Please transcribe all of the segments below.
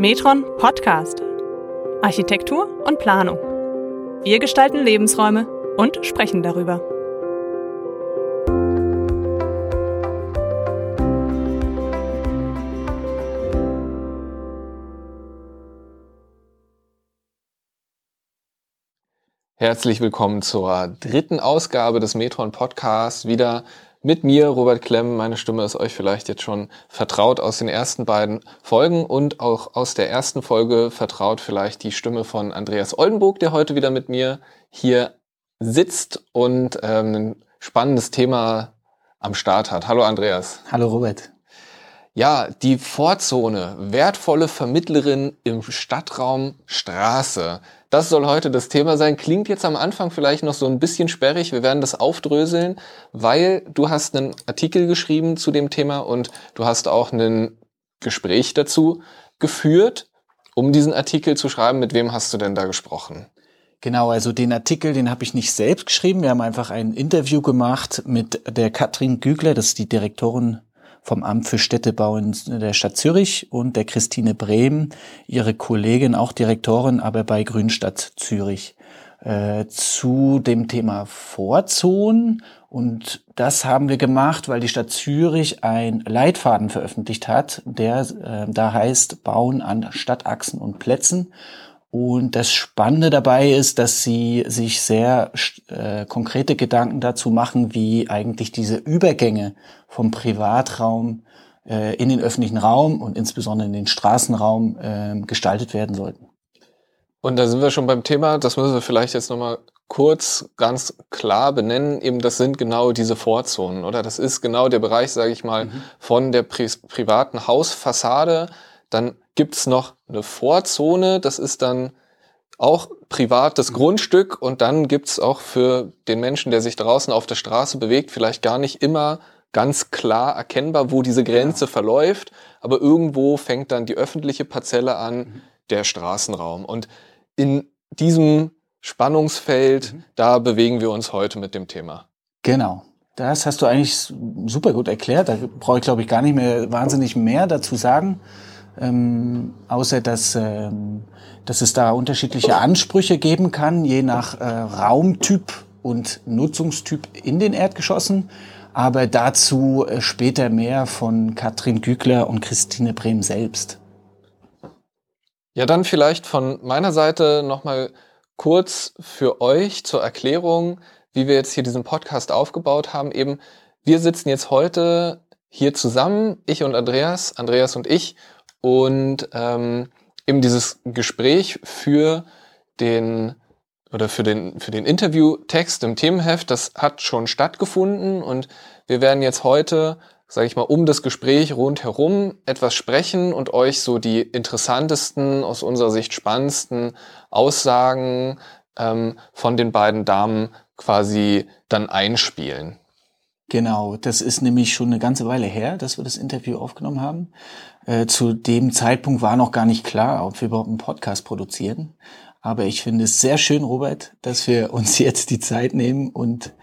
Metron Podcast. Architektur und Planung. Wir gestalten Lebensräume und sprechen darüber. Herzlich willkommen zur dritten Ausgabe des Metron Podcasts. Wieder mit mir, Robert Klemm. Meine Stimme ist euch vielleicht jetzt schon vertraut aus den ersten beiden Folgen und auch aus der ersten Folge vertraut vielleicht die Stimme von Andreas Oldenburg, der heute wieder mit mir hier sitzt und ein spannendes Thema am Start hat. Hallo Andreas. Hallo Robert. Ja, die Vorzone, wertvolle Vermittlerin im Stadtraum Straße. Das soll heute das Thema sein. Klingt jetzt am Anfang vielleicht noch so ein bisschen sperrig. Wir werden das aufdröseln, weil du hast einen Artikel geschrieben zu dem Thema und du hast auch ein Gespräch dazu geführt, um diesen Artikel zu schreiben. Mit wem hast du denn da gesprochen? Genau, also den Artikel, den habe ich nicht selbst geschrieben. Wir haben einfach ein Interview gemacht mit der Katrin Gügler, das ist die Direktorin vom Amt für Städtebau in der Stadt Zürich, und der Christine Brehm, ihre Kollegin, auch Direktorin, aber bei Grünstadt Zürich, zu dem Thema Vorzonen. Und das haben wir gemacht, weil die Stadt Zürich einen Leitfaden veröffentlicht hat, der da heißt Bauen an Stadtachsen und Plätzen. Und das Spannende dabei ist, dass sie sich sehr konkrete Gedanken dazu machen, wie eigentlich diese Übergänge vom Privatraum in den öffentlichen Raum und insbesondere in den Straßenraum gestaltet werden sollten. Und da sind wir schon beim Thema, das müssen wir vielleicht jetzt nochmal kurz ganz klar benennen, eben das sind genau diese Vorzonen, oder? Das ist genau der Bereich, sage ich mal, von der privaten Hausfassade. Dann gibt's noch eine Vorzone, das ist dann auch privates Grundstück, und dann gibt's auch für den Menschen, der sich draußen auf der Straße bewegt, vielleicht gar nicht immer ganz klar erkennbar, wo diese Grenze verläuft, aber irgendwo fängt dann die öffentliche Parzelle an, der Straßenraum. Und in diesem Spannungsfeld, da bewegen wir uns heute mit dem Thema. Genau. Das hast du eigentlich super gut erklärt. Da brauche ich, glaube ich, gar nicht mehr wahnsinnig mehr dazu sagen. Außer dass es da unterschiedliche Ansprüche geben kann, je nach Raumtyp und Nutzungstyp in den Erdgeschossen. Aber dazu später mehr von Katrin Gügler und Christine Brehm selbst. Ja, dann vielleicht von meiner Seite nochmal kurz für euch zur Erklärung, wie wir jetzt hier diesen Podcast aufgebaut haben. Eben, wir sitzen jetzt heute hier zusammen, ich und Andreas und ich, und eben dieses Gespräch für den Interviewtext im Themenheft, das hat schon stattgefunden, und wir werden jetzt heute, sage ich mal, um das Gespräch rundherum etwas sprechen und euch so die interessantesten, aus unserer Sicht spannendsten Aussagen von den beiden Damen quasi dann einspielen. Genau, das ist nämlich schon eine ganze Weile her, dass wir das Interview aufgenommen haben. Zu dem Zeitpunkt war noch gar nicht klar, ob wir überhaupt einen Podcast produzieren. Aber ich finde es sehr schön, Robert, dass wir uns jetzt die Zeit nehmen und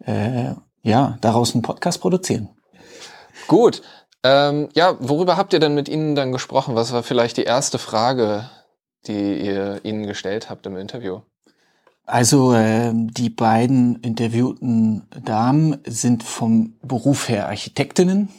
daraus einen Podcast produzieren. Gut. Worüber habt ihr denn mit ihnen dann gesprochen? Was war vielleicht die erste Frage, die ihr ihnen gestellt habt im Interview? Also die beiden interviewten Damen sind vom Beruf her Architektinnen.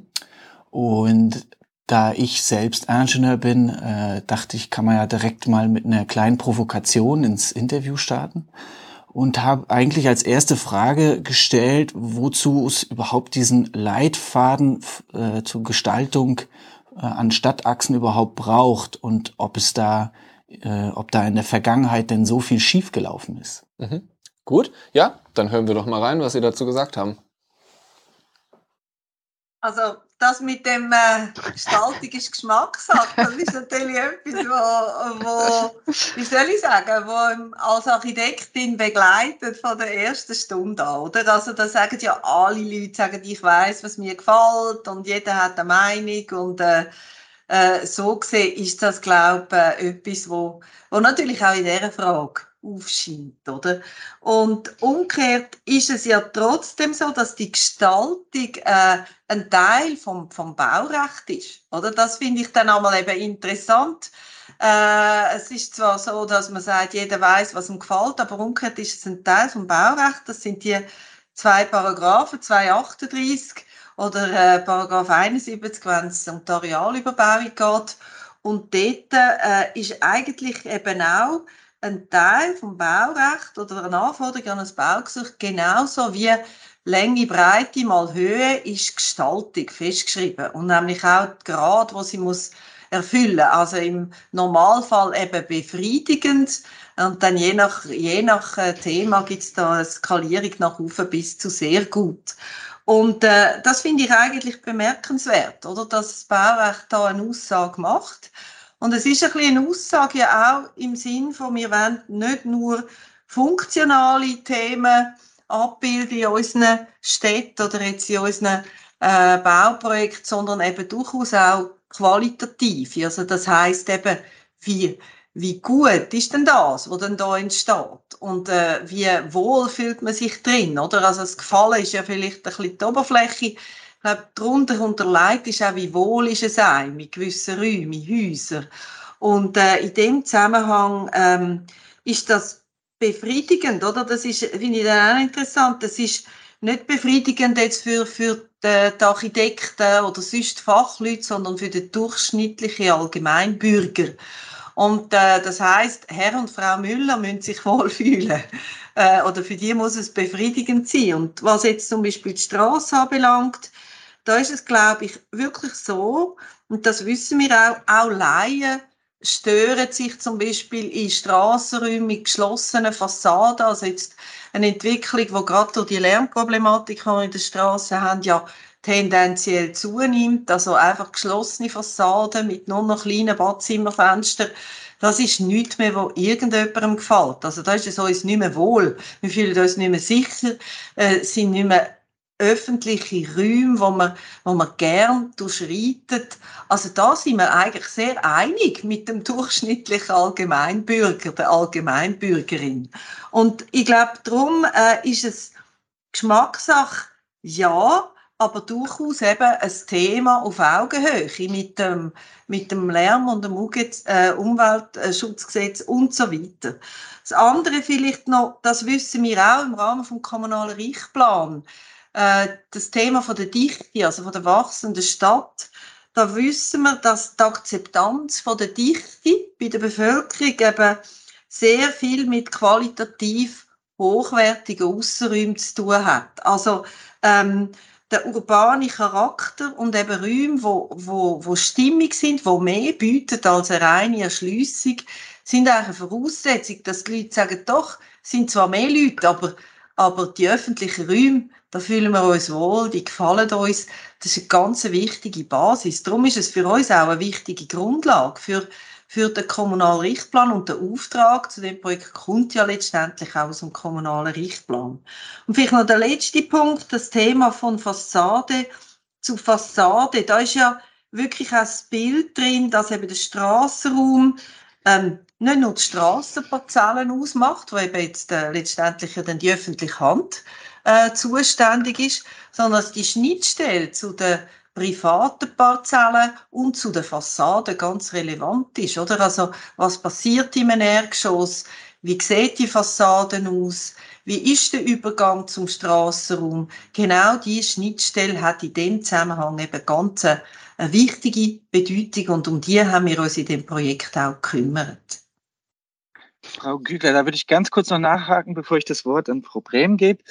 Und da ich selbst Ingenieur bin, dachte ich, kann man ja direkt mal mit einer kleinen Provokation ins Interview starten. Und habe eigentlich als erste Frage gestellt, wozu es überhaupt diesen Leitfaden zur Gestaltung an Stadtachsen überhaupt braucht und ob da in der Vergangenheit denn so viel schiefgelaufen ist. Gut, ja, dann hören wir doch mal rein, was Sie dazu gesagt haben. Also das mit dem Gestaltung ist Geschmackssache. Das ist natürlich etwas, wo wie soll ich sagen, wo als Architektin begleitet von der ersten Stunde an, oder? Also da sagen ja alle Leute, sagen, ich weiss, was mir gefällt, und jeder hat eine Meinung, und so gesehen ist das, glaube ich, etwas, wo natürlich auch in dieser Frage aufscheint, oder? Und umgekehrt ist es ja trotzdem so, dass die Gestaltung ein Teil vom Baurecht ist, oder? Das finde ich dann einmal eben interessant. Es ist zwar so, dass man sagt, jeder weiß, was ihm gefällt, aber umgekehrt ist es ein Teil vom Baurecht. Das sind die 2 Paragraphen, 238 oder Paragraph 71, wenn es um die Arealüberbauung geht. Und dort ist eigentlich eben auch ein Teil vom Baurecht oder eine Anforderung an ein Baugesuch genauso wie Länge, Breite mal Höhe ist Gestaltung festgeschrieben. Und nämlich auch die Grad, wo sie muss erfüllen. Also im Normalfall eben befriedigend. Und dann je nach Thema gibt es da eine Skalierung nach oben bis zu sehr gut. Und das finde ich eigentlich bemerkenswert, oder? Dass das Baurecht da eine Aussage macht. Und es ist ein bisschen eine Aussage ja auch im Sinn von, wir wollen nicht nur funktionale Themen abbilden in unseren Städten oder jetzt in unseren Bauprojekten, sondern eben durchaus auch qualitativ. Also das heisst eben, wie gut ist denn das, was dann da entsteht? Und wie wohl fühlt man sich drin, oder? Also das Gefallen ist ja vielleicht ein bisschen die Oberfläche. Ich glaube, darunter unterlegt ist auch, wie wohl ist es einem mit gewissen Räumen, Häusern. Und in dem Zusammenhang ist das befriedigend, oder? Das ist, finde ich dann auch interessant. Das ist nicht befriedigend jetzt für die Architekten oder sonst Fachleute, sondern für den durchschnittlichen Allgemeinbürger. Und das heisst, Herr und Frau Müller müssen sich wohlfühlen. Oder für die muss es befriedigend sein. Und was jetzt zum Beispiel die Strasse anbelangt, da ist es, glaube ich, wirklich so, und das wissen wir auch Laien stören sich zum Beispiel in Strassenräumen mit geschlossenen Fassaden. Also jetzt eine Entwicklung, die gerade durch die Lärmproblematik, die wir in den Strassen haben, ja tendenziell zunimmt. Also einfach geschlossene Fassaden mit nur noch kleinen Badzimmerfenstern. Das ist nichts mehr, was irgendjemandem gefällt. Also da ist es uns nicht mehr wohl. Wir fühlen uns nicht mehr sicher, sind nicht mehr öffentliche Räume, wo man gern durchschreitet. Also da sind wir eigentlich sehr einig mit dem durchschnittlichen Allgemeinbürger, der Allgemeinbürgerin. Und ich glaube, darum ist es Geschmackssache, ja, aber durchaus eben ein Thema auf Augenhöhe mit dem Lärm- und dem Umweltschutzgesetz und so weiter. Das andere vielleicht noch, das wissen wir auch im Rahmen vom kommunalen Richtplan, das Thema von der Dichte, also von der wachsenden Stadt, da wissen wir, dass die Akzeptanz von der Dichte bei der Bevölkerung eben sehr viel mit qualitativ hochwertigen Aussenräumen zu tun hat. Also der urbane Charakter und eben Räume, wo stimmig sind, wo mehr bieten als eine reine Erschliessung, sind eigentlich eine Voraussetzung, dass die Leute sagen, doch, sind zwar mehr Leute, aber die öffentlichen Räume, da fühlen wir uns wohl, die gefallen uns. Das ist eine ganz wichtige Basis. Darum ist es für uns auch eine wichtige Grundlage für den kommunalen Richtplan, und der Auftrag zu dem Projekt kommt ja letztendlich auch aus dem kommunalen Richtplan. Und vielleicht noch der letzte Punkt, das Thema von Fassade zu Fassade. Da ist ja wirklich auch das Bild drin, dass eben der Strassenraum nicht nur die Strassenparzellen ausmacht, wo eben jetzt letztendlich dann die öffentliche Hand zuständig ist, sondern dass die Schnittstelle zu den privaten Parzellen und zu den Fassaden ganz relevant ist, oder? Also, was passiert in einem Erdgeschoss? Wie sieht die Fassaden aus? Wie ist der Übergang zum Strassenraum? Genau diese Schnittstelle hat in dem Zusammenhang eben ganz eine wichtige Bedeutung, und um die haben wir uns in dem Projekt auch gekümmert. Frau Gügler, da würde ich ganz kurz noch nachhaken, bevor ich das Wort an Frau Brehm gebe.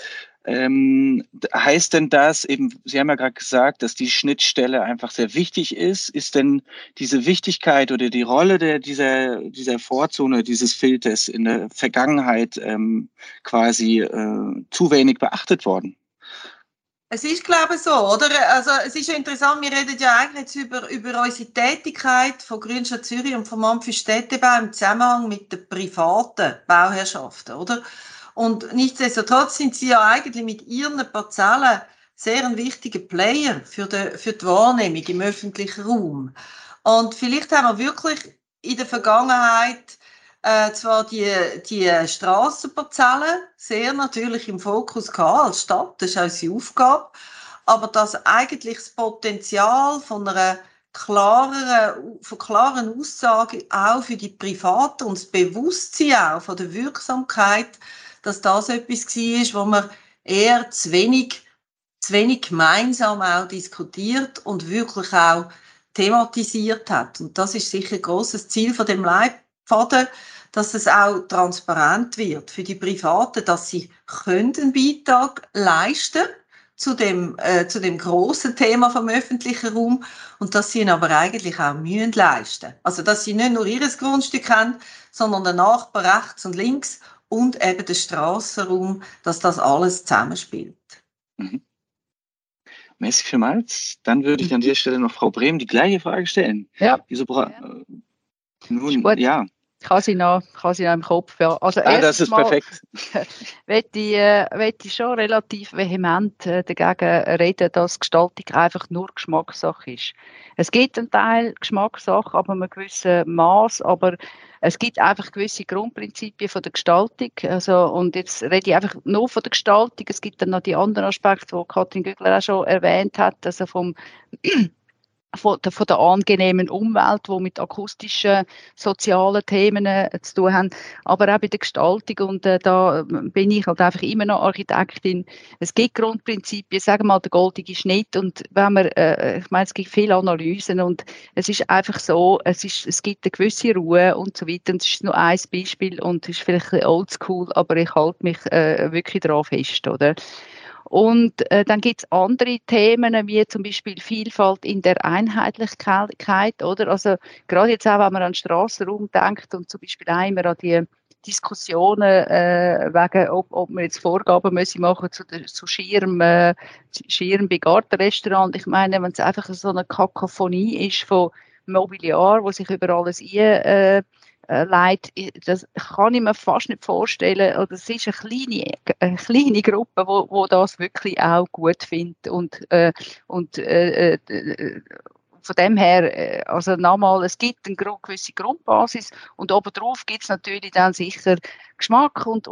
Heißt denn das eben, Sie haben ja gerade gesagt, dass die Schnittstelle einfach sehr wichtig ist. Ist denn diese Wichtigkeit oder die Rolle dieser Vorzone, dieses Filters in der Vergangenheit quasi zu wenig beachtet worden? Es ist, glaube ich, so, oder? Also, es ist ja interessant, wir reden ja eigentlich jetzt über unsere Tätigkeit von Grünstadt Zürich und vom Amt für Städtebau im Zusammenhang mit den privaten Bauherrschaften, oder? Und nichtsdestotrotz sind sie ja eigentlich mit ihren Parzellen sehr ein wichtiger Player für die Wahrnehmung im öffentlichen Raum. Und vielleicht haben wir wirklich in der Vergangenheit zwar die Strassenparzellen sehr natürlich im Fokus gehabt als Stadt, das ist auch unsere Aufgabe, aber dass eigentlich das Potenzial von klaren Aussagen auch für die Privaten und das Bewusstsein auch von der Wirksamkeit, dass das etwas war, wo man eher zu wenig gemeinsam auch diskutiert und wirklich auch thematisiert hat. Und das ist sicher ein grosses Ziel von dem Leitfaden, dass es auch transparent wird für die Privaten, dass sie einen Beitrag leisten zu dem grossen Thema vom öffentlichen Raum und dass sie ihn aber eigentlich auch müssen leisten. Also dass sie nicht nur ihr Grundstück haben, sondern den Nachbar rechts und links und eben den Strassenraum, dass das alles zusammenspielt. Mhm. Merci vielmals. Dann würde ich an dieser Stelle noch Frau Brehm die gleiche Frage stellen. Ja. Nun, ja. Kann sie noch im Kopf. Ja. Also das ist perfekt. möchte ich schon relativ vehement dagegen reden, dass Gestaltung einfach nur Geschmackssache ist. Es gibt einen Teil Geschmackssache, aber einem gewissen Maß, aber es gibt einfach gewisse Grundprinzipien von der Gestaltung. Also, und jetzt rede ich einfach nur von der Gestaltung. Es gibt dann noch die anderen Aspekte, die Katrin Gügler auch schon erwähnt hat, also von der angenehmen Umwelt, die mit akustischen, sozialen Themen zu tun haben, aber auch bei der Gestaltung. Und da bin ich halt einfach immer noch Architektin. Es gibt Grundprinzipien, sagen wir mal der goldige Schnitt. Und wenn man, ich meine, es gibt viele Analysen und es ist einfach so, es gibt eine gewisse Ruhe und so weiter. Und es ist nur ein Beispiel und es ist vielleicht ein bisschen oldschool, aber ich halte mich wirklich daran fest, oder? Und dann gibt es andere Themen, wie zum Beispiel Vielfalt in der Einheitlichkeit, oder? Also gerade jetzt auch, wenn man an den Strassenraum denkt und zum Beispiel auch immer an die Diskussionen wegen, ob man jetzt Vorgaben machen zu Schirm bei Gartenrestaurant. Ich meine, wenn es einfach so eine Kakophonie ist von Mobiliar, wo sich über alles Leid, das kann ich mir fast nicht vorstellen. Oder es ist eine kleine Gruppe, wo das wirklich auch gut findet und von dem her, also nochmal, es gibt eine gewisse Grundbasis und obendrauf gibt es natürlich dann sicher Geschmack und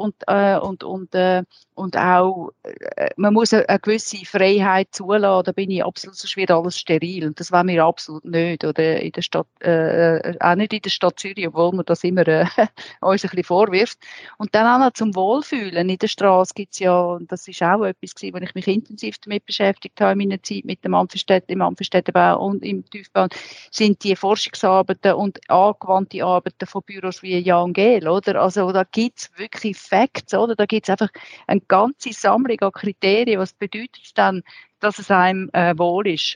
auch, man muss eine gewisse Freiheit zulassen, da bin ich absolut, sonst wird alles steril und das wollen wir absolut nicht, oder in der Stadt, auch nicht in der Stadt Zürich, obwohl man das immer uns ein bisschen vorwirft. Und dann auch noch zum Wohlfühlen, in der Straße gibt es ja, und das ist auch etwas gewesen, wo ich mich intensiv damit beschäftigt habe in meiner Zeit mit dem im Amphistädtebau und im Tiefbau, sind die Forschungsarbeiten und angewandte Arbeiten von Büros wie Jan Gehl, oder? Also da gibt es wirklich Facts, oder? Da gibt es einfach eine ganze Sammlung an Kriterien. Was bedeutet es dann, dass es einem wohl ist?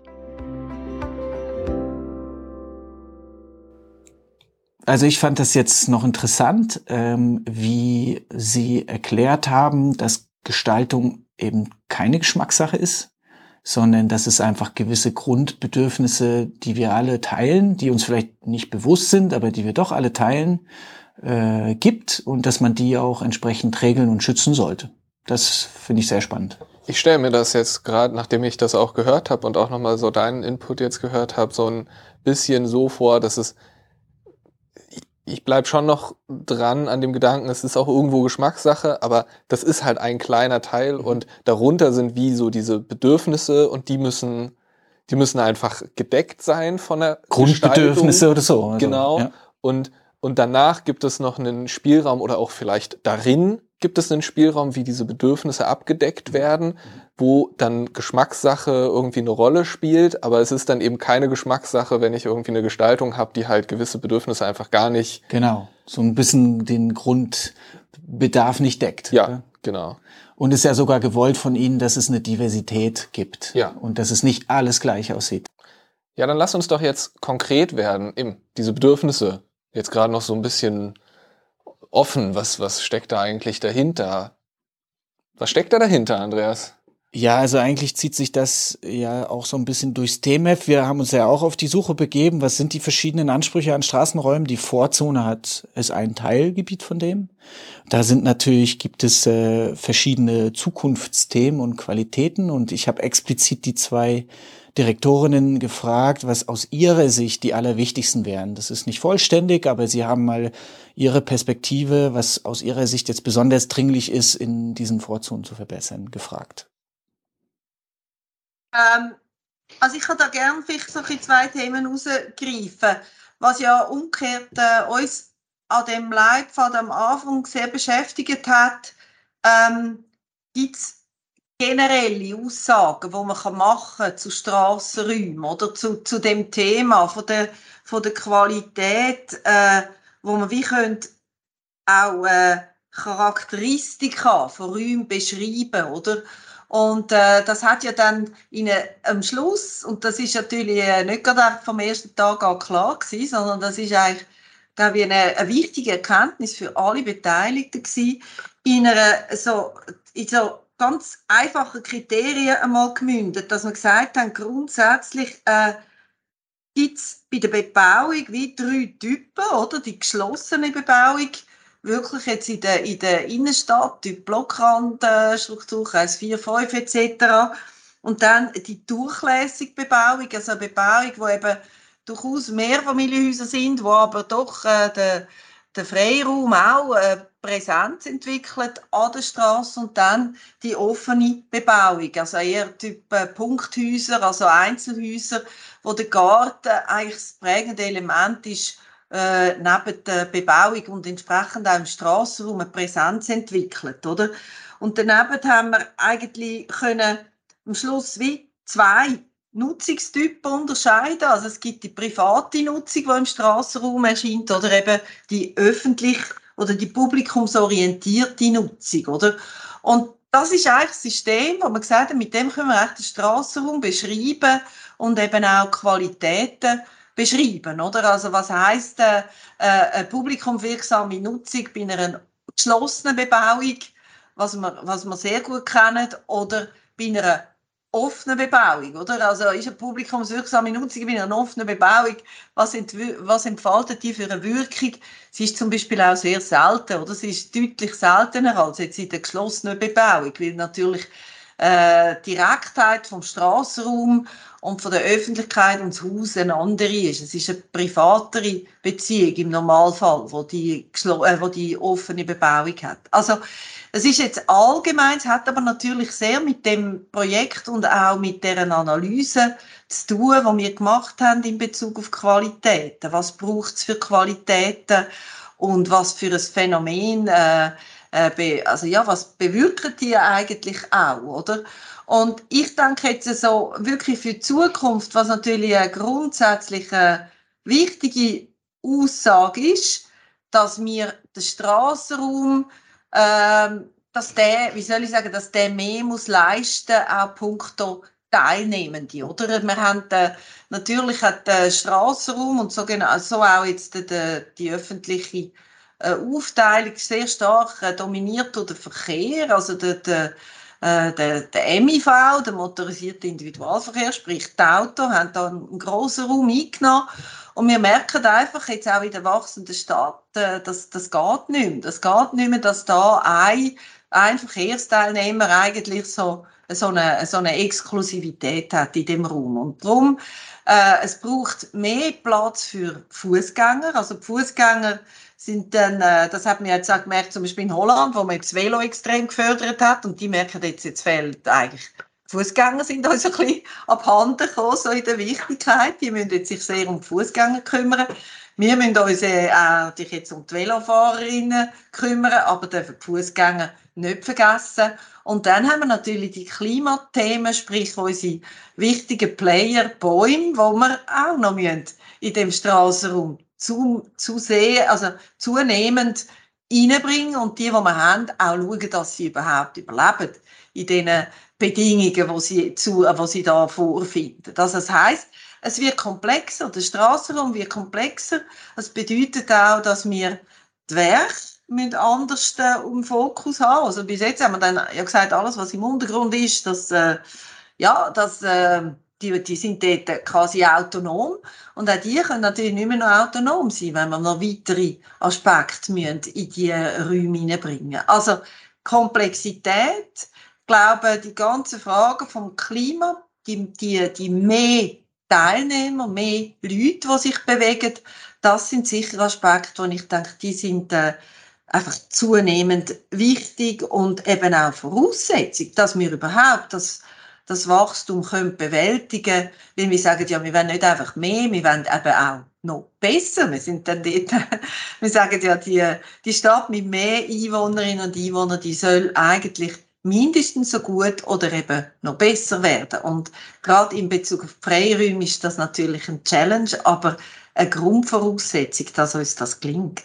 Also ich fand das jetzt noch interessant, wie Sie erklärt haben, dass Gestaltung eben keine Geschmackssache ist, sondern dass es einfach gewisse Grundbedürfnisse, die wir alle teilen, die uns vielleicht nicht bewusst sind, aber die wir doch alle teilen, gibt und dass man die auch entsprechend regeln und schützen sollte. Das finde ich sehr spannend. Ich stelle mir das jetzt gerade, nachdem ich das auch gehört habe und auch nochmal so deinen Input jetzt gehört habe, so ein bisschen so vor, dass es, ich bleib schon noch dran an dem Gedanken, es ist auch irgendwo Geschmackssache, aber das ist halt ein kleiner Teil und darunter sind wie so diese Bedürfnisse und die müssen einfach gedeckt sein von der Grundbedürfnisse oder so. Also, genau. Ja. Und danach gibt es noch einen Spielraum oder auch vielleicht darin gibt es einen Spielraum, wie diese Bedürfnisse abgedeckt werden, wo dann Geschmackssache irgendwie eine Rolle spielt, aber es ist dann eben keine Geschmackssache, wenn ich irgendwie eine Gestaltung habe, die halt gewisse Bedürfnisse einfach gar nicht... Genau, so ein bisschen den Grundbedarf nicht deckt. Ja, genau. Und es ist ja sogar gewollt von Ihnen, dass es eine Diversität gibt. Ja. Und dass es nicht alles gleich aussieht. Ja, dann lass uns doch jetzt konkret werden, eben diese Bedürfnisse. Jetzt gerade noch so ein bisschen offen. Was steckt da eigentlich dahinter? Was steckt da dahinter, Andreas? Ja, also eigentlich zieht sich das ja auch so ein bisschen durchs TMF. Wir haben uns ja auch auf die Suche begeben. Was sind die verschiedenen Ansprüche an Straßenräumen? Die Vorzone ist ein Teilgebiet von dem. Da gibt es verschiedene Zukunftsthemen und Qualitäten. Und ich habe explizit die zwei Direktorinnen gefragt, was aus ihrer Sicht die allerwichtigsten wären. Das ist nicht vollständig, aber sie haben mal ihre Perspektive, was aus ihrer Sicht jetzt besonders dringlich ist, in diesen Vorzonen zu verbessern, gefragt. Also ich kann da gerne vielleicht so zwei Themen herausgreifen. Was ja umgekehrt uns an dem Leitfaden am Anfang sehr beschäftigt hat, gibt es generelle Aussagen, die man machen kann zu Strassenräumen oder zu dem Thema von der Qualität, wo man wie könnte auch Charakteristika von Räumen beschreiben, oder? Und das hat ja dann am Schluss, und das ist natürlich nicht gerade vom ersten Tag an klar gewesen, sondern das ist eigentlich, glaube ich, eine wichtige Erkenntnis für alle Beteiligten gewesen, in so ganz einfachen Kriterien einmal gemündet, dass wir gesagt haben, grundsätzlich gibt es bei der Bebauung wie 3 Typen, oder? Die geschlossene Bebauung, wirklich jetzt in der Innenstadt, Typ Blockrandstruktur, Kreis 4, 5 etc. Und dann die durchlässige Bebauung, also eine Bebauung, wo eben durchaus Mehrfamilienhäuser sind, wo aber doch der Freiraum auch Präsenz entwickelt an der Straße, und dann die offene Bebauung, also eher Typ Punkthäuser, also Einzelhäuser, wo der Garten eigentlich das prägende Element ist, neben der Bebauung und entsprechend auch im Strassenraum eine Präsenz entwickelt, oder? Und daneben haben wir eigentlich können am Schluss wie 2 Nutzungstypen unterscheiden. Also es gibt die private Nutzung, die im Strassenraum erscheint, oder eben die öffentlich oder die publikumsorientierte Nutzung, oder? Und das ist eigentlich das System, wo man gesagt hat, mit dem können wir echt den Strassenraum beschreiben und eben auch Qualitäten beschreiben, oder? Also was heisst eine publikumswirksame Nutzung bei einer geschlossenen Bebauung, was wir sehr gut kennen, oder bei einer offene Bebauung, oder? Also ist eine publikumswirksame Nutzung bei einer offenen Bebauung, was entfaltet die für eine Wirkung? Sie ist zum Beispiel auch sehr selten, oder? Sie ist deutlich seltener als jetzt in der geschlossenen Bebauung, weil natürlich Direktheit vom Strassenraum und von der Öffentlichkeit und das Haus eine andere ist. Es ist eine privatere Beziehung im Normalfall, wo die offene Bebauung hat. Also es ist jetzt allgemein, es hat aber natürlich sehr mit dem Projekt und auch mit deren Analyse zu tun, die wir gemacht haben in Bezug auf Qualitäten. Was braucht es für Qualitäten und was für ein Phänomen, was bewirken die eigentlich auch, oder? Und ich denke jetzt so wirklich für die Zukunft, was natürlich eine grundsätzlich wichtige Aussage ist, dass wir den Strassenraum, dass der mehr muss leisten, auch punkto Teilnehmende, oder? Wir haben natürlich hat der Strassenraum und so auch jetzt die öffentliche Aufteilung sehr stark dominiert durch den Verkehr, also der MIV, der motorisierte Individualverkehr, sprich die Autos, haben da einen grossen Raum eingenommen. Und wir merken einfach jetzt auch in der wachsenden Stadt, das geht nicht mehr. Das geht nicht mehr, dass da ein Verkehrsteilnehmer eigentlich so eine Exklusivität hat in dem Raum. Und darum, es braucht mehr Platz für Fußgänger. Also die Fußgänger sind dann, das hat man jetzt auch gemerkt, zum Beispiel in Holland, wo man das Velo extrem gefördert hat, und die merken jetzt fehlt eigentlich, Fußgänger sind uns ein bisschen abhanden gekommen, so in der Wichtigkeit. Die müssen jetzt sich sehr um die Fußgänger kümmern. Wir müssen uns jetzt um die Velofahrerinnen kümmern, aber dürfen die Fußgänger nicht vergessen. Und dann haben wir natürlich die Klimathemen, sprich unsere wichtigen Player, Bäume, die wir auch noch in dem Strassenraum zunehmend reinbringen und die wir haben, auch schauen, dass sie überhaupt überleben in diesen Bedingungen, die sie da vorfinden. Das heisst, es wird komplexer, der Strassenraum wird komplexer. Das bedeutet auch, dass wir die Werke anders im Fokus haben. Also bis jetzt haben wir dann ja gesagt, alles, was im Untergrund ist, die sind dort quasi autonom. Und auch die können natürlich nicht mehr noch autonom sein, wenn wir noch weitere Aspekte in die Räume hineinbringen. Also Komplexität, ich glaube, die ganzen Fragen vom Klima die mehr Teilnehmer, mehr Leute, die sich bewegen, das sind sicher Aspekte, wo ich denke, die sind einfach zunehmend wichtig und eben auch Voraussetzung, dass wir überhaupt das Wachstum können bewältigen, weil wir sagen, ja, wir wollen nicht einfach mehr, wir wollen eben auch noch besser. Wir sind dann dort, wir sagen ja, die Stadt mit mehr Einwohnerinnen und Einwohnern, die soll eigentlich mindestens so gut oder eben noch besser werden. Und gerade in Bezug auf die Freiräume ist das natürlich ein Challenge, aber eine Grundvoraussetzung, dass uns das gelingt.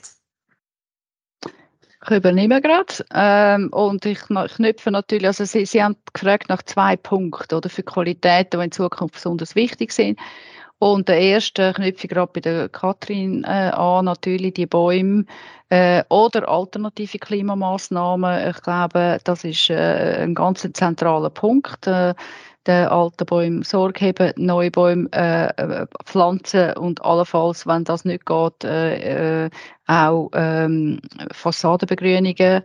Ich übernehme gerade und ich knüpfe natürlich, also Sie haben gefragt nach 2 Punkten oder für Qualitäten, die in Zukunft besonders wichtig sind. Und der erste knüpfe ich gerade bei der Katrin an, natürlich die Bäume oder alternative Klimamaßnahmen. Ich glaube, das ist ein ganz zentraler Punkt. Den alten Bäumen Sorge haben, neue Bäume pflanzen und allenfalls, wenn das nicht geht, auch Fassadenbegrünungen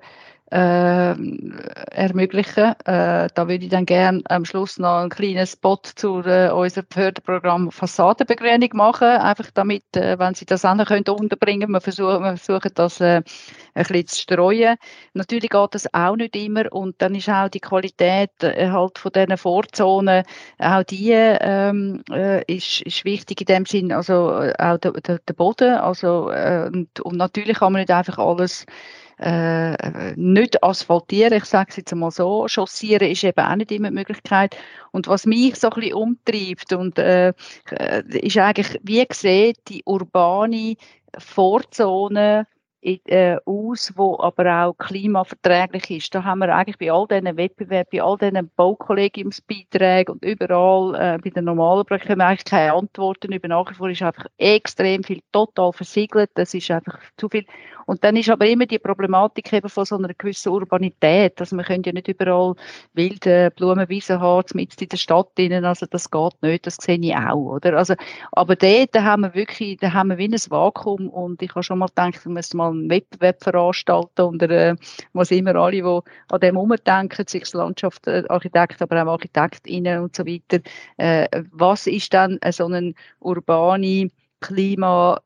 ermöglichen. Da würde ich dann gerne am Schluss noch einen kleinen Spot zu unserem Förderprogramm Fassadenbegrünung machen, einfach damit, wenn Sie das auch noch unterbringen können, wir versuchen das ein bisschen zu streuen. Natürlich geht das auch nicht immer und dann ist auch die Qualität halt von diesen Vorzonen, auch die ist wichtig in dem Sinn, also auch der Boden, also und natürlich kann man nicht einfach alles nicht asphaltieren, ich sage es jetzt einmal so, chaussieren ist eben auch nicht immer die Möglichkeit. Und was mich so ein bisschen umtreibt und ist eigentlich, wie sieht die urbane Vorzone aus, wo aber auch klimaverträglich ist. Da haben wir eigentlich bei all diesen Wettbewerben, bei all diesen Baukollegiumsbeiträgen und überall bei den normalen Projekten haben wir eigentlich keine Antworten über. Nach wie vor ist einfach extrem viel total versiegelt, das ist einfach zu viel. Und dann ist aber immer die Problematik eben von so einer gewissen Urbanität. Also wir können ja nicht überall wilde Blumenwiesen haben, mitten in der Stadt drinnen, also das geht nicht, das sehe ich auch, oder? Also, aber dort haben wir wirklich, da haben wir wie ein Vakuum und ich habe schon mal gedacht, wir müssen mal einen Wettbewerb veranstalten unter was immer alle, die an dem umdenken, sich Landschaftsarchitekt, aber auch ArchitektInnen und so weiter. Was ist dann so eine urbane Klima,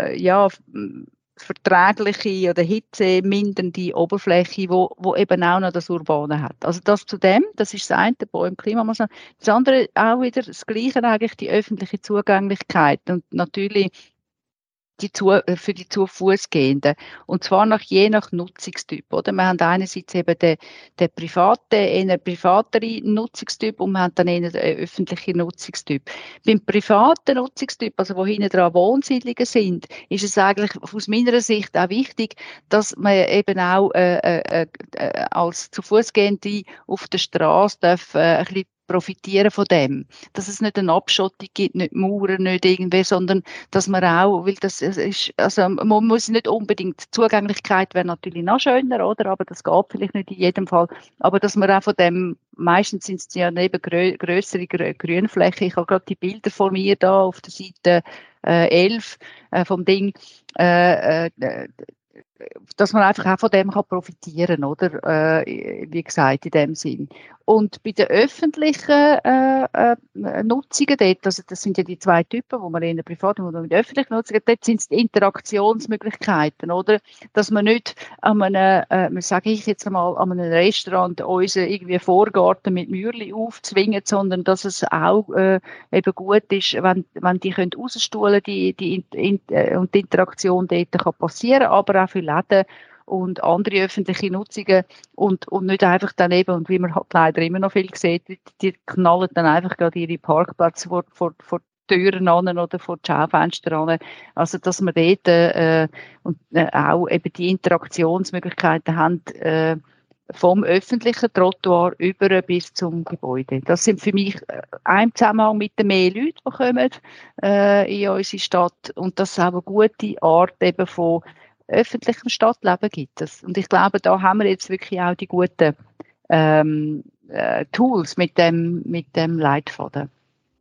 verträgliche oder hitzemindernde Oberfläche, wo eben auch noch das Urbane hat. Also das zu dem, das ist das eine, der Bäume, Klimamaßnahmen. Das andere auch wieder das Gleiche eigentlich, die öffentliche Zugänglichkeit und natürlich für die zu Fuß gehenden. Und zwar je nach Nutzungstyp, oder? Wir haben einerseits eben den eher privateren Nutzungstyp und wir haben dann eher den öffentlichen Nutzungstyp. Beim privaten Nutzungstyp, also wo hinten dran Wohnsiedlungen sind, ist es eigentlich aus meiner Sicht auch wichtig, dass man eben auch als zu Fuß gehende auf der Straße ein bisschen profitieren von dem. Dass es nicht eine Abschottung gibt, nicht Mauern, nicht irgendwie, sondern dass man auch, weil das ist, also man muss nicht unbedingt, Zugänglichkeit wäre natürlich noch schöner, oder? Aber das geht vielleicht nicht in jedem Fall. Aber dass man auch von dem, meistens sind es ja neben grössere Grünflächen, ich habe gerade die Bilder von mir da auf der Seite 11 vom Ding, dass man einfach auch von dem kann profitieren, oder? Wie gesagt, in dem Sinn. Und bei den öffentlichen Nutzungen dort, also das sind ja die 2 Typen, wo man in der privaten und mit öffentlichen Nutzungen, dort sind es die Interaktionsmöglichkeiten, oder? Dass man nicht an einem, sage ich jetzt einmal, an einem Restaurant unseren irgendwie Vorgarten mit Mürli aufzwingen, sondern dass es auch eben gut ist, wenn die können rausstuhlen, und die Interaktion dort kann passieren, aber auch für Läden und andere öffentliche Nutzungen und nicht einfach dann eben, und wie man halt leider immer noch viel sieht, die knallen dann einfach gerade ihre Parkplätze vor Türen an oder vor die Schaufenster an. Also, dass man dort auch eben die Interaktionsmöglichkeiten haben, vom öffentlichen Trottoir über bis zum Gebäude. Das sind für mich ein Zusammenhang mit den mehr Leuten, die kommen in unsere Stadt. Und das ist auch eine gute Art eben von öffentlichem Stadtleben gibt es. Und ich glaube, da haben wir jetzt wirklich auch die guten Tools mit dem Leitfaden.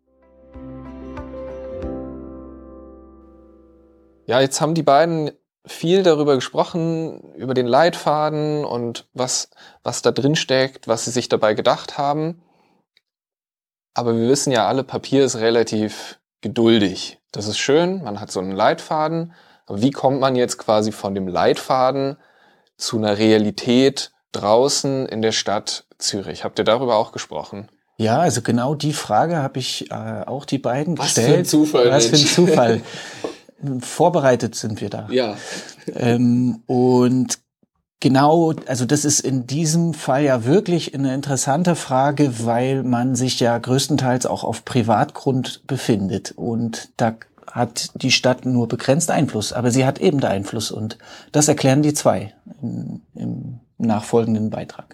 Ja, jetzt haben die beiden viel darüber gesprochen, über den Leitfaden und was da drin steckt, was sie sich dabei gedacht haben. Aber wir wissen ja alle, Papier ist relativ geduldig. Das ist schön, man hat so einen Leitfaden. Aber wie kommt man jetzt quasi von dem Leitfaden zu einer Realität draußen in der Stadt Zürich? Habt ihr darüber auch gesprochen? Ja, also genau die Frage habe ich auch die beiden gestellt. Was für ein Zufall. Was für ein Zufall. Vorbereitet sind wir da. Ja. Und genau, also das ist in diesem Fall ja wirklich eine interessante Frage, weil man sich ja größtenteils auch auf Privatgrund befindet. Und da hat die Stadt nur begrenzt Einfluss, aber sie hat eben den Einfluss. Und das erklären die zwei im nachfolgenden Beitrag.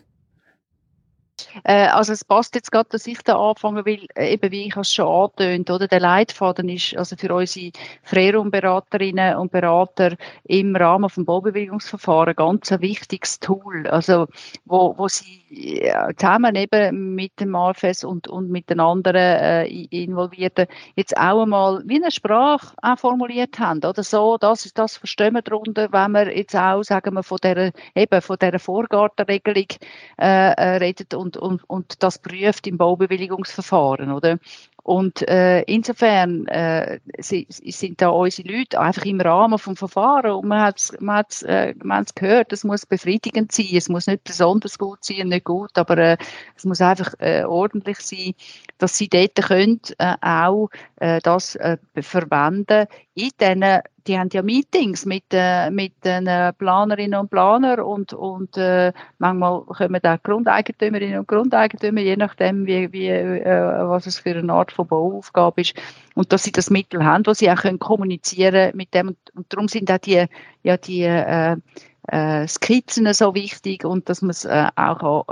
Also es passt jetzt gerade, dass ich da anfange, weil eben, wie ich es schon angetönt, oder, der Leitfaden ist also für unsere Freiraumberaterinnen und Berater im Rahmen vom Baubewilligungsverfahren ganz ein wichtiges Tool, also wo sie zusammen eben mit dem AFS und mit den anderen Involvierten jetzt auch einmal wie eine Sprache auch formuliert haben, oder so, das verstehen wir darunter, wenn wir jetzt auch, sagen wir, von dieser Vorgartenregelung redet und das prüft im Baubewilligungsverfahren, oder? Und insofern sind da unsere Leute einfach im Rahmen vom Verfahren, und man hat's gehört, es muss befriedigend sein, es muss nicht besonders gut sein, nicht gut, aber es muss einfach ordentlich sein, dass sie dort können auch das verwenden in diesen. Die haben ja Meetings mit den Planerinnen und Planern und manchmal kommen da Grundeigentümerinnen und Grundeigentümer, je nachdem was es für eine Art von Bauaufgabe ist, und dass sie das Mittel haben, wo sie auch kommunizieren können mit dem, und darum sind auch die Skizzen so wichtig, und dass man es auch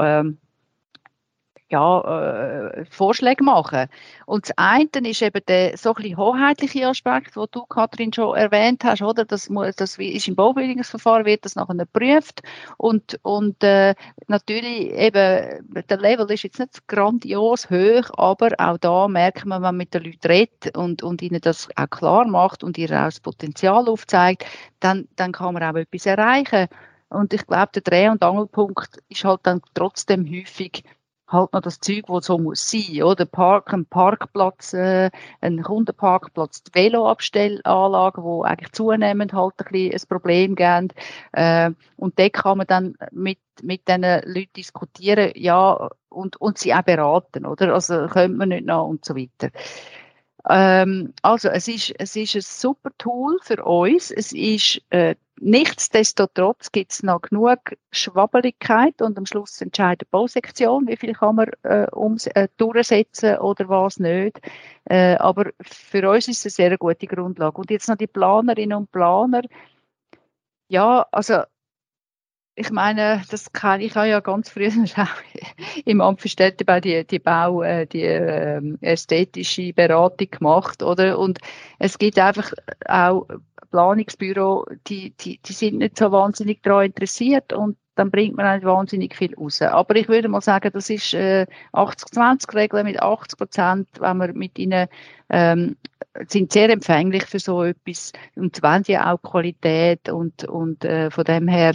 Vorschläge machen. Und das eine ist eben der so ein bisschen hoheitliche Aspekt, den du, Kathrin, schon erwähnt hast, oder? Das ist im Baubewilligungsverfahren, wird das nachher geprüft, und natürlich eben, der Level ist jetzt nicht grandios hoch, aber auch da merkt man, wenn man mit den Leuten redet und ihnen das auch klar macht und ihr auch das Potenzial aufzeigt, dann kann man auch etwas erreichen. Und ich glaube, der Dreh- und Angelpunkt ist halt dann trotzdem häufig halt noch das Zeug, das so muss sein, oder? Ein Parkplatz, ein Kundenparkplatz, die Veloabstellanlagen, die eigentlich zunehmend halt ein bisschen ein Problem geben. Und dort kann man dann mit diesen Leuten diskutieren, ja, und sie auch beraten, oder? Also, könnte man nicht noch, und so weiter. Also, es ist ein super Tool für uns. Es ist, nichtsdestotrotz gibt es noch genug Schwabbeligkeit, und am Schluss entscheidet die Bausektion, wie viel kann man durchsetzen oder was nicht. Aber für uns ist es eine sehr gute Grundlage. Und jetzt noch die Planerinnen und Planer. Ja, also, ich meine, das kann ich ja ganz früh im Amt für Städtebau die ästhetische Beratung gemacht, oder? Und es gibt einfach auch Planungsbüro, die sind nicht so wahnsinnig daran interessiert, und dann bringt man nicht wahnsinnig viel raus. Aber ich würde mal sagen, das ist 80-20-Regel mit 80%, wenn man mit ihnen sind sehr empfänglich für so etwas, und wollen ja auch Qualität, und von dem her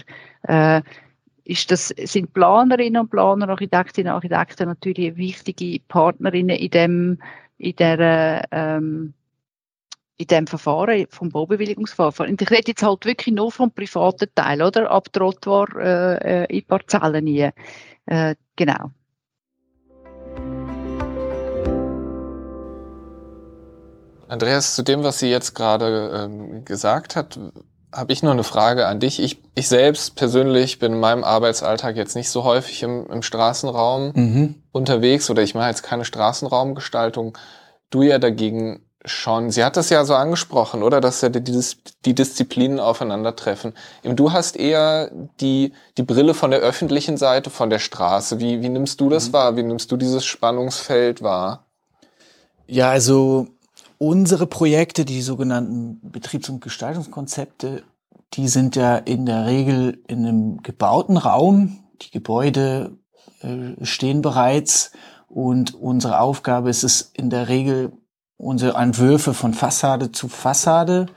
sind Planerinnen und Planer, Architektinnen und Architekten natürlich wichtige Partnerinnen in dem Verfahren, vom Baubewilligungsverfahren. Und ich rede jetzt halt wirklich nur vom privaten Teil, oder? Ab Trottoir in Parzellen nie. Genau. Andreas, zu dem, was sie jetzt gerade gesagt hat, habe ich noch eine Frage an dich. Ich selbst persönlich bin in meinem Arbeitsalltag jetzt nicht so häufig im Straßenraum unterwegs, oder ich mache jetzt keine Straßenraumgestaltung. Du ja dagegen schon. Sie hat das ja so angesprochen, oder? Dass ja die Disziplinen aufeinandertreffen. Du hast eher die Brille von der öffentlichen Seite, von der Straße. Wie nimmst du das wahr? Wie nimmst du dieses Spannungsfeld wahr? Ja, also unsere Projekte, die sogenannten Betriebs- und Gestaltungskonzepte, die sind ja in der Regel in einem gebauten Raum. Die Gebäude stehen bereits, und unsere Aufgabe ist es in der Regel, unsere Entwürfe von Fassade zu Fassade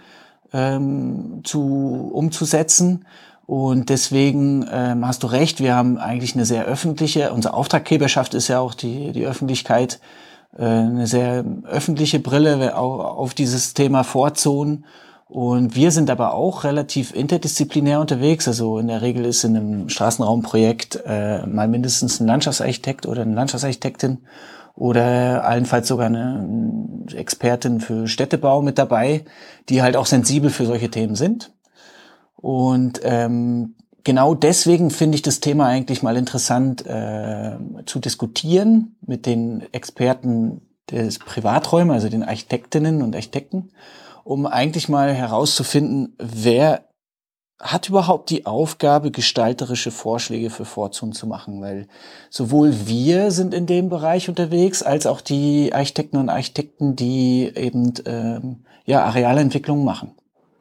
umzusetzen. Und deswegen hast du recht, wir haben eigentlich eine sehr öffentliche, unsere Auftraggeberschaft ist ja auch die Öffentlichkeit. eine sehr öffentliche Brille auf dieses Thema Vorzonen. Und wir sind aber auch relativ interdisziplinär unterwegs. Also in der Regel ist in einem Straßenraumprojekt mal mindestens ein Landschaftsarchitekt oder eine Landschaftsarchitektin oder allenfalls sogar eine Expertin für Städtebau mit dabei, die halt auch sensibel für solche Themen sind. Und genau deswegen finde ich das Thema eigentlich mal interessant zu diskutieren mit den Experten des Privaträume, also den Architektinnen und Architekten, um eigentlich mal herauszufinden, wer hat überhaupt die Aufgabe, gestalterische Vorschläge für Vorzonen zu machen, weil sowohl wir sind in dem Bereich unterwegs, als auch die Architekten und Architekten, die eben Arealentwicklung machen.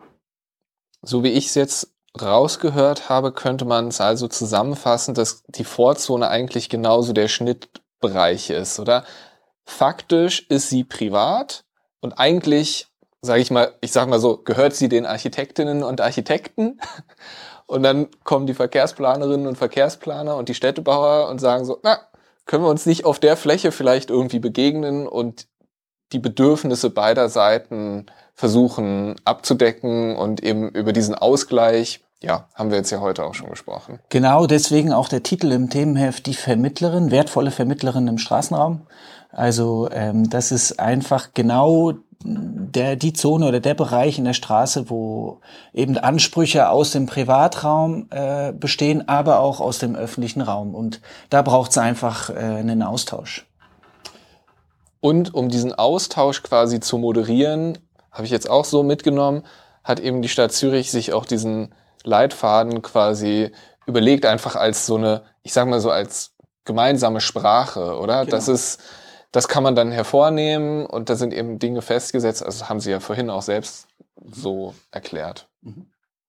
So wie ich es jetzt rausgehört habe, könnte man es also zusammenfassen, dass die Vorzone eigentlich genauso der Schnittbereich ist, oder? Faktisch ist sie privat und eigentlich, ich sag mal so, gehört sie den Architektinnen und Architekten und dann kommen die Verkehrsplanerinnen und Verkehrsplaner und die Städtebauer und sagen so, können wir uns nicht auf der Fläche vielleicht irgendwie begegnen und die Bedürfnisse beider Seiten versuchen abzudecken und eben über diesen Ausgleich, haben wir jetzt ja heute auch schon gesprochen. Genau, deswegen auch der Titel im Themenheft, die Vermittlerin, wertvolle Vermittlerin im Straßenraum. Also das ist einfach genau die Zone oder der Bereich in der Straße, wo eben Ansprüche aus dem Privatraum bestehen, aber auch aus dem öffentlichen Raum. Und da braucht es einfach einen Austausch. Und um diesen Austausch quasi zu moderieren, habe ich jetzt auch so mitgenommen, hat eben die Stadt Zürich sich auch diesen Leitfaden quasi überlegt, einfach als so eine, ich sag mal so als gemeinsame Sprache, oder? Genau. Das kann man dann hervornehmen und da sind eben Dinge festgesetzt, also haben Sie ja vorhin auch selbst so erklärt. Mhm.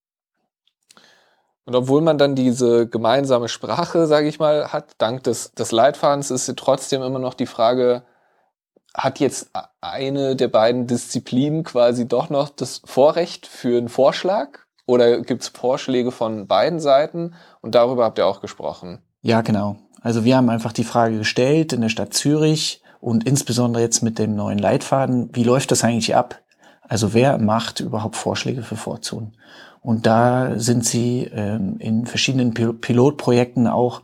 Und obwohl man dann diese gemeinsame Sprache, sage ich mal, hat, dank des Leitfadens, ist trotzdem immer noch die Frage, hat jetzt eine der beiden Disziplinen quasi doch noch das Vorrecht für einen Vorschlag? Oder gibt es Vorschläge von beiden Seiten? Und darüber habt ihr auch gesprochen. Ja, genau. Also wir haben einfach die Frage gestellt in der Stadt Zürich und insbesondere jetzt mit dem neuen Leitfaden, wie läuft das eigentlich ab? Also wer macht überhaupt Vorschläge für Vorzonen? Und da sind sie in verschiedenen Pilotprojekten auch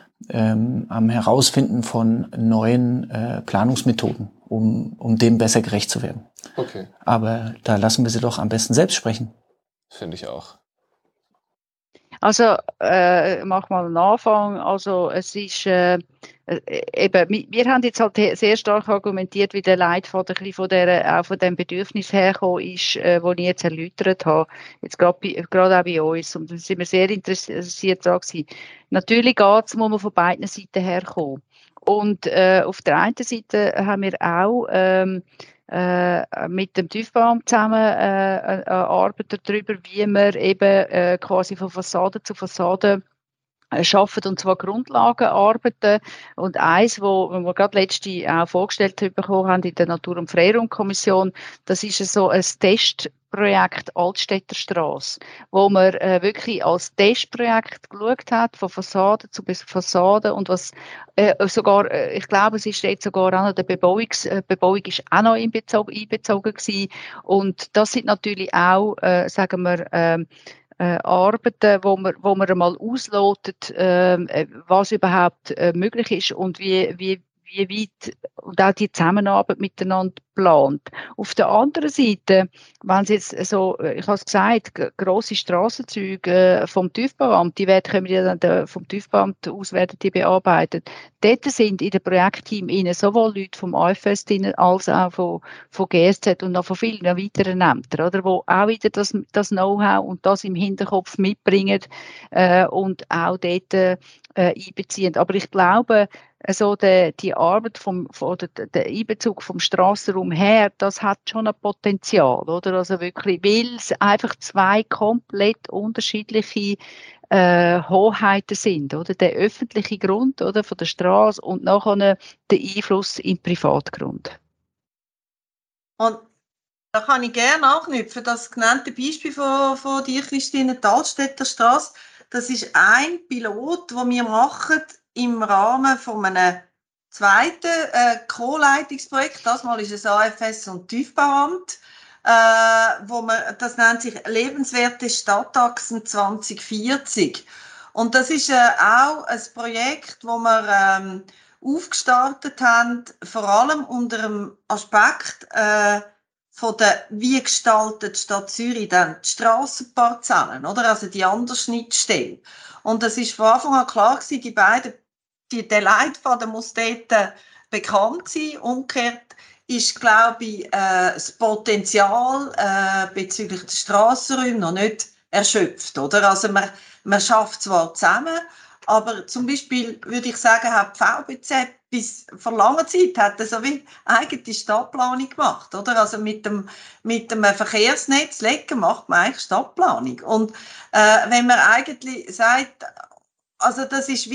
am Herausfinden von neuen Planungsmethoden, um dem besser gerecht zu werden. Okay. Aber da lassen wir sie doch am besten selbst sprechen. Finde ich auch. Also, mach mal einen Anfang. Also, es ist eben, wir haben jetzt halt sehr stark argumentiert, wie der Leitfaden auch von dem Bedürfnis hergekommen ist, wo ich jetzt erläutert habe. Jetzt gerade auch bei uns. Und da sind wir sehr interessiert daran gewesen. Natürlich muss man von beiden Seiten herkommen. Und auf der einen Seite haben wir auch mit dem TÜV-Beamt zusammen arbeitet darüber, wie wir eben quasi von Fassade zu Fassade schaffen, und zwar Grundlagenarbeiten. Und eins, wo wir gerade letzte auch vorgestellt bekommen haben in der Natur- und Freiraumkommission, das ist so ein Testprojekt Altstädter Strasse, wo man wirklich als Testprojekt geschaut hat, von Fassade zu Fassade, und was sogar, ich glaube, es ist jetzt sogar auch noch Bebauung ist auch noch einbezogen gewesen. Und das sind natürlich auch, sagen wir, Arbeiten, wo man einmal auslotet, was überhaupt möglich ist und wie weit und auch die Zusammenarbeit miteinander plant. Auf der anderen Seite, wenn Sie jetzt so, ich habe es gesagt, grosse Strassenzüge vom TÜV-Beamt, können ja dann vom TÜV-Beamt aus werden die bearbeitet. Dort sind in den Projektteam sowohl Leute vom AFS drin, als auch von GSZ und noch von vielen weiteren Ämtern, oder, wo auch wieder das Know-how und das im Hinterkopf mitbringen und auch dort einbeziehen. Aber ich glaube, also die Arbeit oder der Einbezug vom Strassenraum her, das hat schon ein Potenzial, oder? Also wirklich, weil es einfach zwei komplett unterschiedliche Hoheiten sind, oder? Der öffentliche Grund, oder, von der Straße und nachher der Einfluss im Privatgrund. Und da kann ich gerne anknüpfen, das genannte Beispiel von dir, Christine, die Altstädter Strasse, das ist ein Pilot, den wir machen im Rahmen von einem zweite Co-Leitungsprojekt. Das Mal ist es AFS und Tiefbauamt. Das nennt sich Lebenswerte Stadtachsen 2040. Und das ist auch ein Projekt, wo wir aufgestartet haben, vor allem unter dem Aspekt von der, wie gestaltet die Stadt Zürich dann die Strassenparzellen, oder? Also die andere Schnittstelle. Und es ist von Anfang an klar gewesen, der Leitfaden muss dort bekannt sein. Umgekehrt ist, glaube ich, das Potenzial bezüglich der Strassenräume noch nicht erschöpft, oder? Also man schafft zwar zusammen, aber zum Beispiel würde ich sagen, hat die VBZ bis vor langer Zeit hat so wie eigene Stadtplanung gemacht, oder? Also mit dem Verkehrsnetz legen macht man eigentlich Stadtplanung. Und wenn man eigentlich sagt, also das ist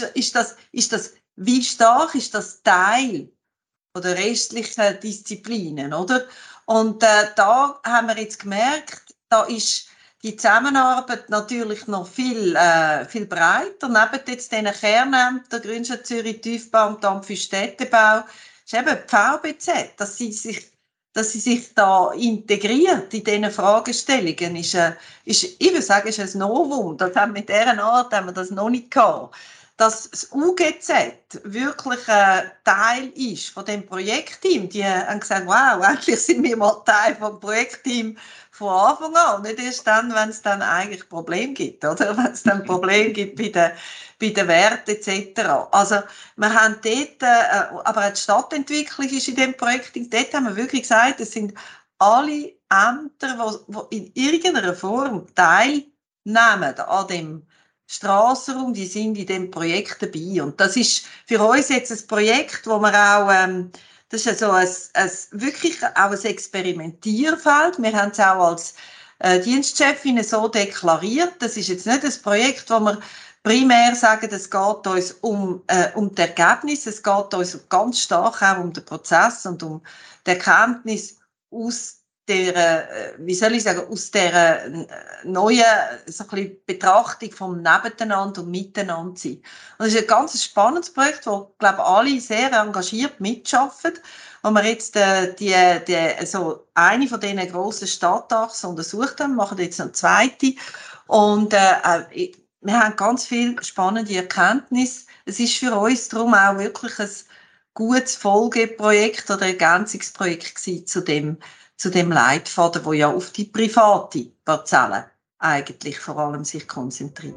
wie stark ist das Teil von der restlichen Disziplinen, oder? Und da haben wir jetzt gemerkt, da ist die Zusammenarbeit natürlich noch viel breiter. Neben jetzt diesen Kernämtern, Grünstadt Zürich, Tiefbauamt, Amt für Städtebau, ist eben die VBZ, dass sie sich da integriert in diesen Fragestellungen, ich würde sagen, ist ein Novum. Das haben mit dieser Art haben wir das noch nicht gehabt. Dass das UGZ wirklich ein Teil ist von dem Projektteam. Die haben gesagt, wow, endlich sind wir mal Teil vom Projektteam von Anfang an. Und nicht erst dann, wenn es dann eigentlich Probleme gibt, oder? Wenn es dann Probleme gibt bei den Werten etc. Also wir haben dort, aber auch die Stadtentwicklung ist in dem Projekt, dort haben wir wirklich gesagt, es sind alle Ämter, die in irgendeiner Form teilnehmen an dem Strassenraum, die sind in dem Projekt dabei. Und das ist für uns jetzt ein Projekt, wo wir auch, das ist also wirklich auch ein Experimentierfeld. Wir haben es auch als Dienstchefin so deklariert. Das ist jetzt nicht ein Projekt, wo wir primär sagen, es geht uns um die Ergebnisse, es geht uns ganz stark auch um den Prozess und um die Erkenntnis aus der, wie soll ich sagen, aus der neuen so ein bisschen Betrachtung vom Nebeneinander und Miteinander sein. Und das ist ein ganz spannendes Projekt, wo, glaube ich, alle sehr engagiert mitarbeiten. Und wir jetzt so eine von diesen grossen Stadtachsen untersucht haben, machen jetzt eine zweite. Und wir haben ganz viele spannende Erkenntnisse. Es ist für uns darum auch wirklich ein gutes Folgeprojekt oder Ergänzungsprojekt gewesen zu dem Leitfaden, wo ja auf die private Parzelle eigentlich vor allem sich konzentriert.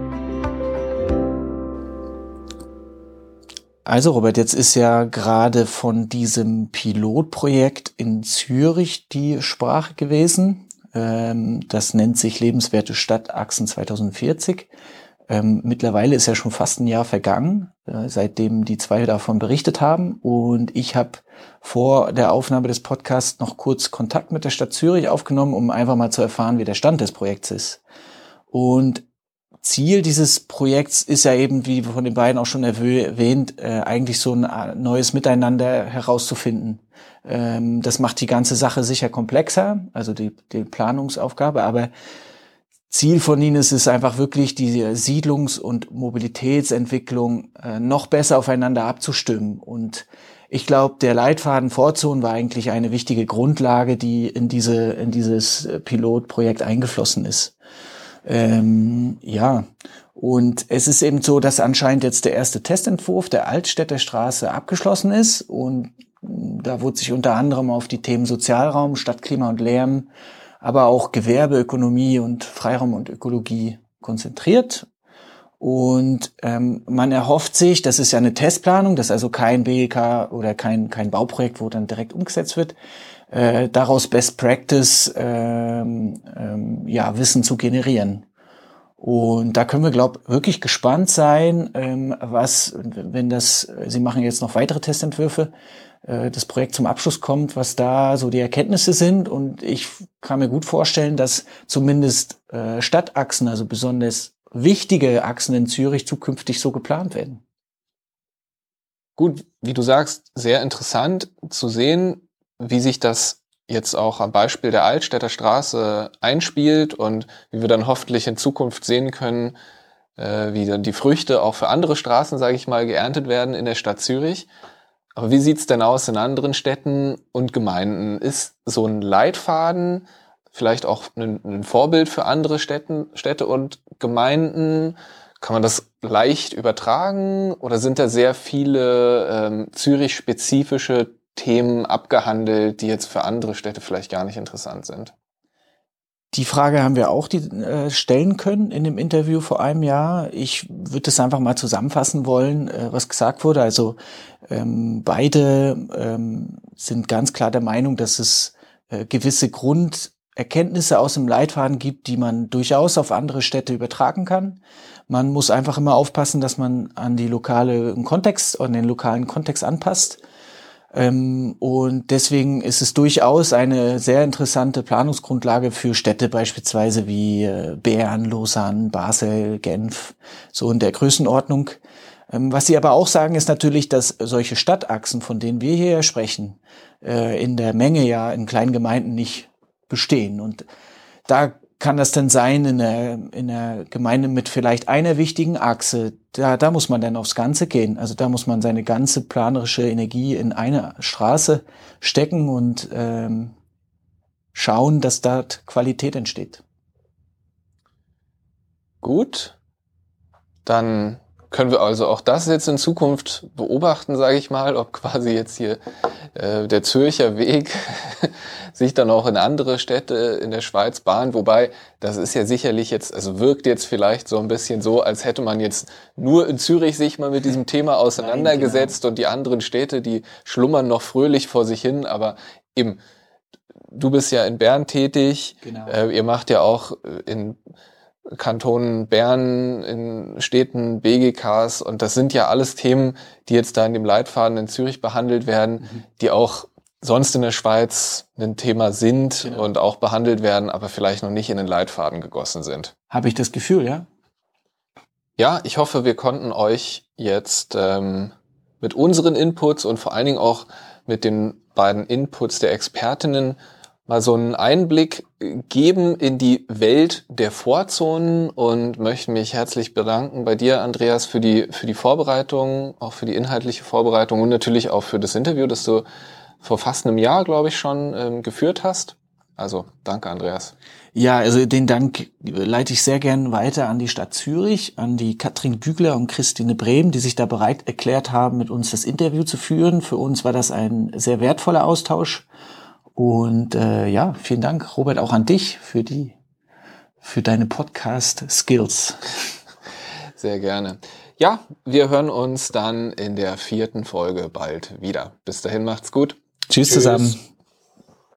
Also Robert, jetzt ist ja gerade von diesem Pilotprojekt in Zürich die Sprache gewesen. Das nennt sich Lebenswerte Stadtachsen 2040. Mittlerweile ist ja schon fast ein Jahr vergangen, seitdem die zwei davon berichtet haben. Und ich habe vor der Aufnahme des Podcasts noch kurz Kontakt mit der Stadt Zürich aufgenommen, um einfach mal zu erfahren, wie der Stand des Projekts ist. Und Ziel dieses Projekts ist ja eben, wie von den beiden auch schon erwähnt, eigentlich so ein neues Miteinander herauszufinden. Das macht die ganze Sache sicher komplexer, also die Planungsaufgabe, aber Ziel von ihnen ist es einfach wirklich, die Siedlungs- und Mobilitätsentwicklung noch besser aufeinander abzustimmen. Und ich glaube, der Leitfaden Vorzonen war eigentlich eine wichtige Grundlage, die in dieses Pilotprojekt eingeflossen ist. Ja, und es ist eben so, dass anscheinend jetzt der erste Testentwurf der Altstädter Straße abgeschlossen ist. Und da wurde sich unter anderem auf die Themen Sozialraum, Stadtklima und Lärm, aber auch Gewerbe, Ökonomie und Freiraum und Ökologie konzentriert. Und man erhofft sich, das ist ja eine Testplanung, das ist also kein BEK oder kein Bauprojekt, wo dann direkt umgesetzt wird, daraus Best Practice Wissen zu generieren. Und da können wir, glaube ich, wirklich gespannt sein, Sie machen jetzt noch weitere Testentwürfe, das Projekt zum Abschluss kommt, was da so die Erkenntnisse sind. Und ich kann mir gut vorstellen, dass zumindest Stadtachsen, also besonders wichtige Achsen in Zürich, zukünftig so geplant werden. Gut, wie du sagst, sehr interessant zu sehen, wie sich das jetzt auch am Beispiel der Altstädter Straße einspielt und wie wir dann hoffentlich in Zukunft sehen können, wie dann die Früchte auch für andere Straßen, sage ich mal, geerntet werden in der Stadt Zürich. Aber wie sieht's denn aus in anderen Städten und Gemeinden? Ist so ein Leitfaden vielleicht auch ein Vorbild für andere Städte und Gemeinden? Kann man das leicht übertragen oder sind da sehr viele Zürich-spezifische Themen abgehandelt, die jetzt für andere Städte vielleicht gar nicht interessant sind? Die Frage haben wir auch stellen können in dem Interview vor einem Jahr. Ich würde es einfach mal zusammenfassen wollen, was gesagt wurde. Also beide sind ganz klar der Meinung, dass es gewisse Grunderkenntnisse aus dem Leitfaden gibt, die man durchaus auf andere Städte übertragen kann. Man muss einfach immer aufpassen, dass man an die lokalen Kontext anpasst. Und deswegen ist es durchaus eine sehr interessante Planungsgrundlage für Städte beispielsweise wie Bern, Lausanne, Basel, Genf, so in der Größenordnung. Was sie aber auch sagen, ist natürlich, dass solche Stadtachsen, von denen wir hier sprechen, in der Menge ja in kleinen Gemeinden nicht bestehen. Und da kann das denn sein in einer Gemeinde mit vielleicht einer wichtigen Achse? Da muss man dann aufs Ganze gehen. Also da muss man seine ganze planerische Energie in eine Straße stecken und schauen, dass dort Qualität entsteht. Gut, dann können wir also auch das jetzt in Zukunft beobachten, sage ich mal, ob quasi jetzt hier der Zürcher Weg sich dann auch in andere Städte in der Schweiz bahnt. Wobei, das ist ja sicherlich jetzt, also wirkt jetzt vielleicht so ein bisschen so, als hätte man jetzt nur in Zürich sich mal mit diesem Thema auseinandergesetzt. Nein, genau. Und die anderen Städte, die schlummern noch fröhlich vor sich hin. Aber eben, du bist ja in Bern tätig. Genau. Ihr macht ja auch in Kanton Bern, in Städten BGKs, und das sind ja alles Themen, die jetzt da in dem Leitfaden in Zürich behandelt werden, die auch sonst in der Schweiz ein Thema sind und auch behandelt werden, aber vielleicht noch nicht in den Leitfaden gegossen sind. Habe ich das Gefühl, ja? Ja, ich hoffe, wir konnten euch jetzt mit unseren Inputs und vor allen Dingen auch mit den beiden Inputs der Expertinnen mal so einen Einblick geben in die Welt der Vorzonen und möchte mich herzlich bedanken bei dir, Andreas, für die Vorbereitung, auch für die inhaltliche Vorbereitung und natürlich auch für das Interview, das du vor fast einem Jahr, glaube ich, schon geführt hast. Also danke, Andreas. Ja, also den Dank leite ich sehr gern weiter an die Stadt Zürich, an die Katrin Gügler und Christine Brehm, die sich da bereit erklärt haben, mit uns das Interview zu führen. Für uns war das ein sehr wertvoller Austausch. Und ja, vielen Dank, Robert, auch an dich für deine Podcast-Skills. Sehr gerne. Ja, wir hören uns dann in der 4. Folge bald wieder. Bis dahin, macht's gut. Tschüss zusammen.